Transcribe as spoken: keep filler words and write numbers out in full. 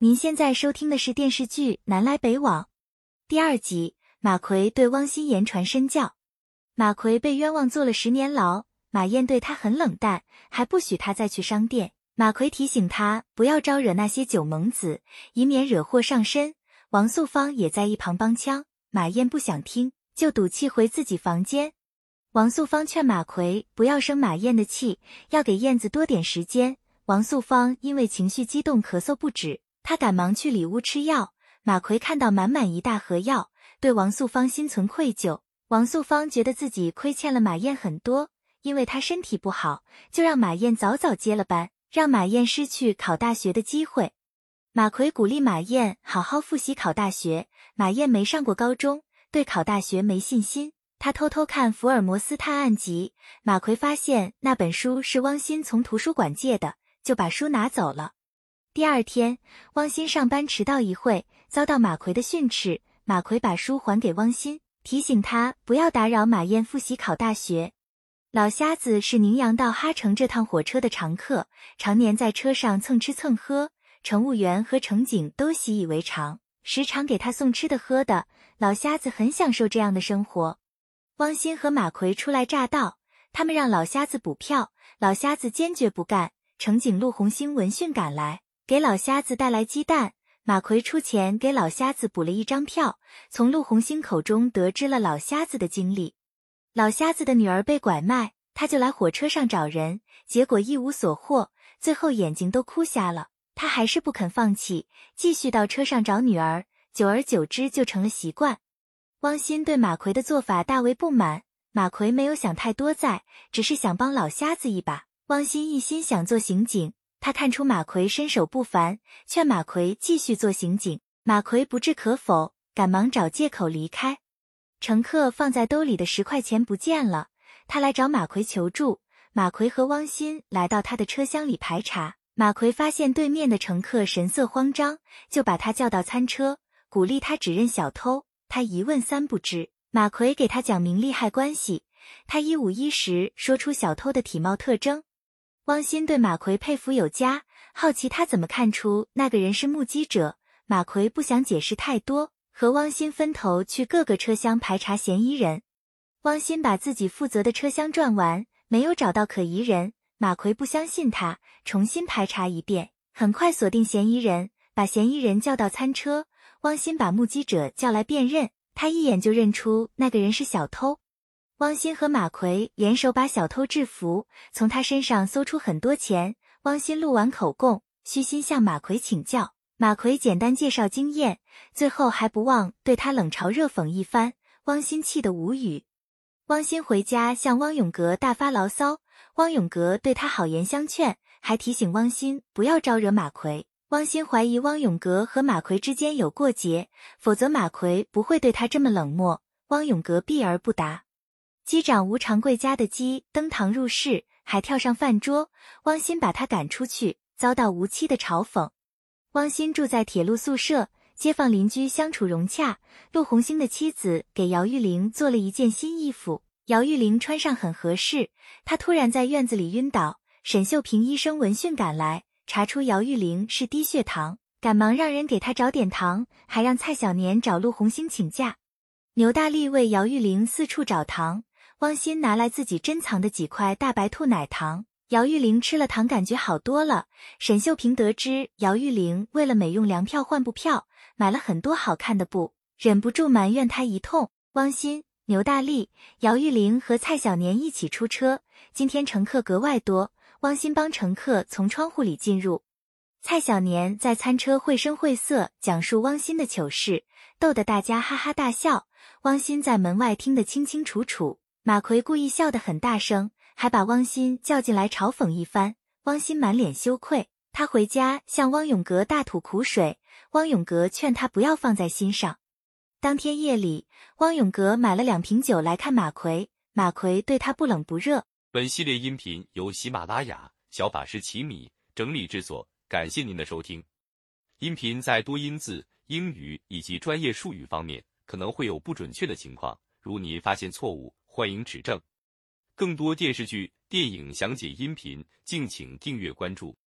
您现在收听的是电视剧《南来北往》第二集，马奎对汪欣言传身教。马奎被冤枉坐了十年牢，马燕对他很冷淡，还不许他再去商店。马奎提醒他不要招惹那些酒蒙子，以免惹祸上身。王素芳也在一旁帮腔，马燕不想听，就赌气回自己房间。王素芳劝马奎不要生马燕的气，要给燕子多点时间。王素芳因为情绪激动咳嗽不止，他赶忙去里屋吃药。马奎看到满满一大盒药，对王素芳心存愧疚。王素芳觉得自己亏欠了马燕很多，因为她身体不好，就让马燕早早接了班，让马燕失去考大学的机会。马奎鼓励马燕好好复习考大学。马燕没上过高中，对考大学没信心。他偷偷看福尔摩斯探案集，马奎发现那本书是汪欣从图书馆借的，就把书拿走了。第二天，汪欣上班迟到一会，遭到马奎的训斥。马奎把书还给汪欣，提醒他不要打扰马燕复习考大学。老瞎子是宁阳到哈城这趟火车的常客，常年在车上蹭吃蹭喝，乘务员和乘警都习以为常，时常给他送吃的喝的。老瞎子很享受这样的生活。汪欣和马奎初来乍到，他们让老瞎子补票，老瞎子坚决不干。乘警陆红星闻讯赶来，给老瞎子带来鸡蛋。马奎出钱给老瞎子补了一张票，从陆红星口中得知了老瞎子的经历。老瞎子的女儿被拐卖，他就来火车上找人，结果一无所获，最后眼睛都哭瞎了。他还是不肯放弃，继续到车上找女儿，久而久之就成了习惯。汪欣对马奎的做法大为不满，马奎没有想太多在，只是想帮老瞎子一把。汪欣一心想做刑警，他看出马奎身手不凡，劝马奎继续做刑警。马奎不置可否，赶忙找借口离开。乘客放在兜里的十块钱不见了，他来找马奎求助。马奎和汪欣来到他的车厢里排查，马奎发现对面的乘客神色慌张，就把他叫到餐车，鼓励他指认小偷。他一问三不知，马奎给他讲明利害关系，他一五一十说出小偷的体貌特征。汪欣对马奎佩服有加，好奇他怎么看出那个人是目击者。马奎不想解释太多，和汪欣分头去各个车厢排查嫌疑人。汪欣把自己负责的车厢转完，没有找到可疑人。马奎不相信他，重新排查一遍，很快锁定嫌疑人，把嫌疑人叫到餐车。汪欣把目击者叫来辨认，他一眼就认出那个人是小偷。汪欣和马奎联手把小偷制服，从他身上搜出很多钱。汪欣录完口供，虚心向马奎请教，马奎简单介绍经验，最后还不忘对他冷嘲热讽一番。汪欣气得无语。汪欣回家向汪永革大发牢骚，汪永革对他好言相劝，还提醒汪欣不要招惹马奎。汪欣怀疑汪永革和马奎之间有过节，否则马奎不会对他这么冷漠。汪永革避而不答。机长吴长贵家的鸡登堂入室，还跳上饭桌，汪欣把他赶出去，遭到吴妻的嘲讽。汪欣住在铁路宿舍，街坊邻居相处融洽。陆红星的妻子给姚玉玲做了一件新衣服，姚玉玲穿上很合适，她突然在院子里晕倒。沈秀平医生闻讯赶来，查出姚玉玲是低血糖，赶忙让人给她找点糖，还让蔡小年找陆红星请假。牛大力为姚玉玲四处找糖，汪欣拿来自己珍藏的几块大白兔奶糖，姚玉玲吃了糖感觉好多了。沈秀平得知姚玉玲为了美用粮票换布票，买了很多好看的布，忍不住埋怨她一通。汪欣、牛大力、姚玉玲和蔡小年一起出车，今天乘客格外多，汪欣帮乘客从窗户里进入。蔡小年在餐车绘声绘色讲述汪欣的糗事，逗得大家哈哈大笑。汪欣在门外听得清清楚楚，马奎故意笑得很大声，还把汪欣叫进来嘲讽一番。汪欣满脸羞愧，他回家向汪永革大吐苦水，汪永革劝他不要放在心上。当天夜里，汪永革买了两瓶酒来看马奎，马奎对他不冷不热。 本系列音频由喜马拉雅小法师奇米整理制作，感谢您的收听。音频在多音字、英语以及专业术语方面可能会有不准确的情况，如您发现错误，欢迎指正。更多电视剧、电影详解音频，敬请订阅关注。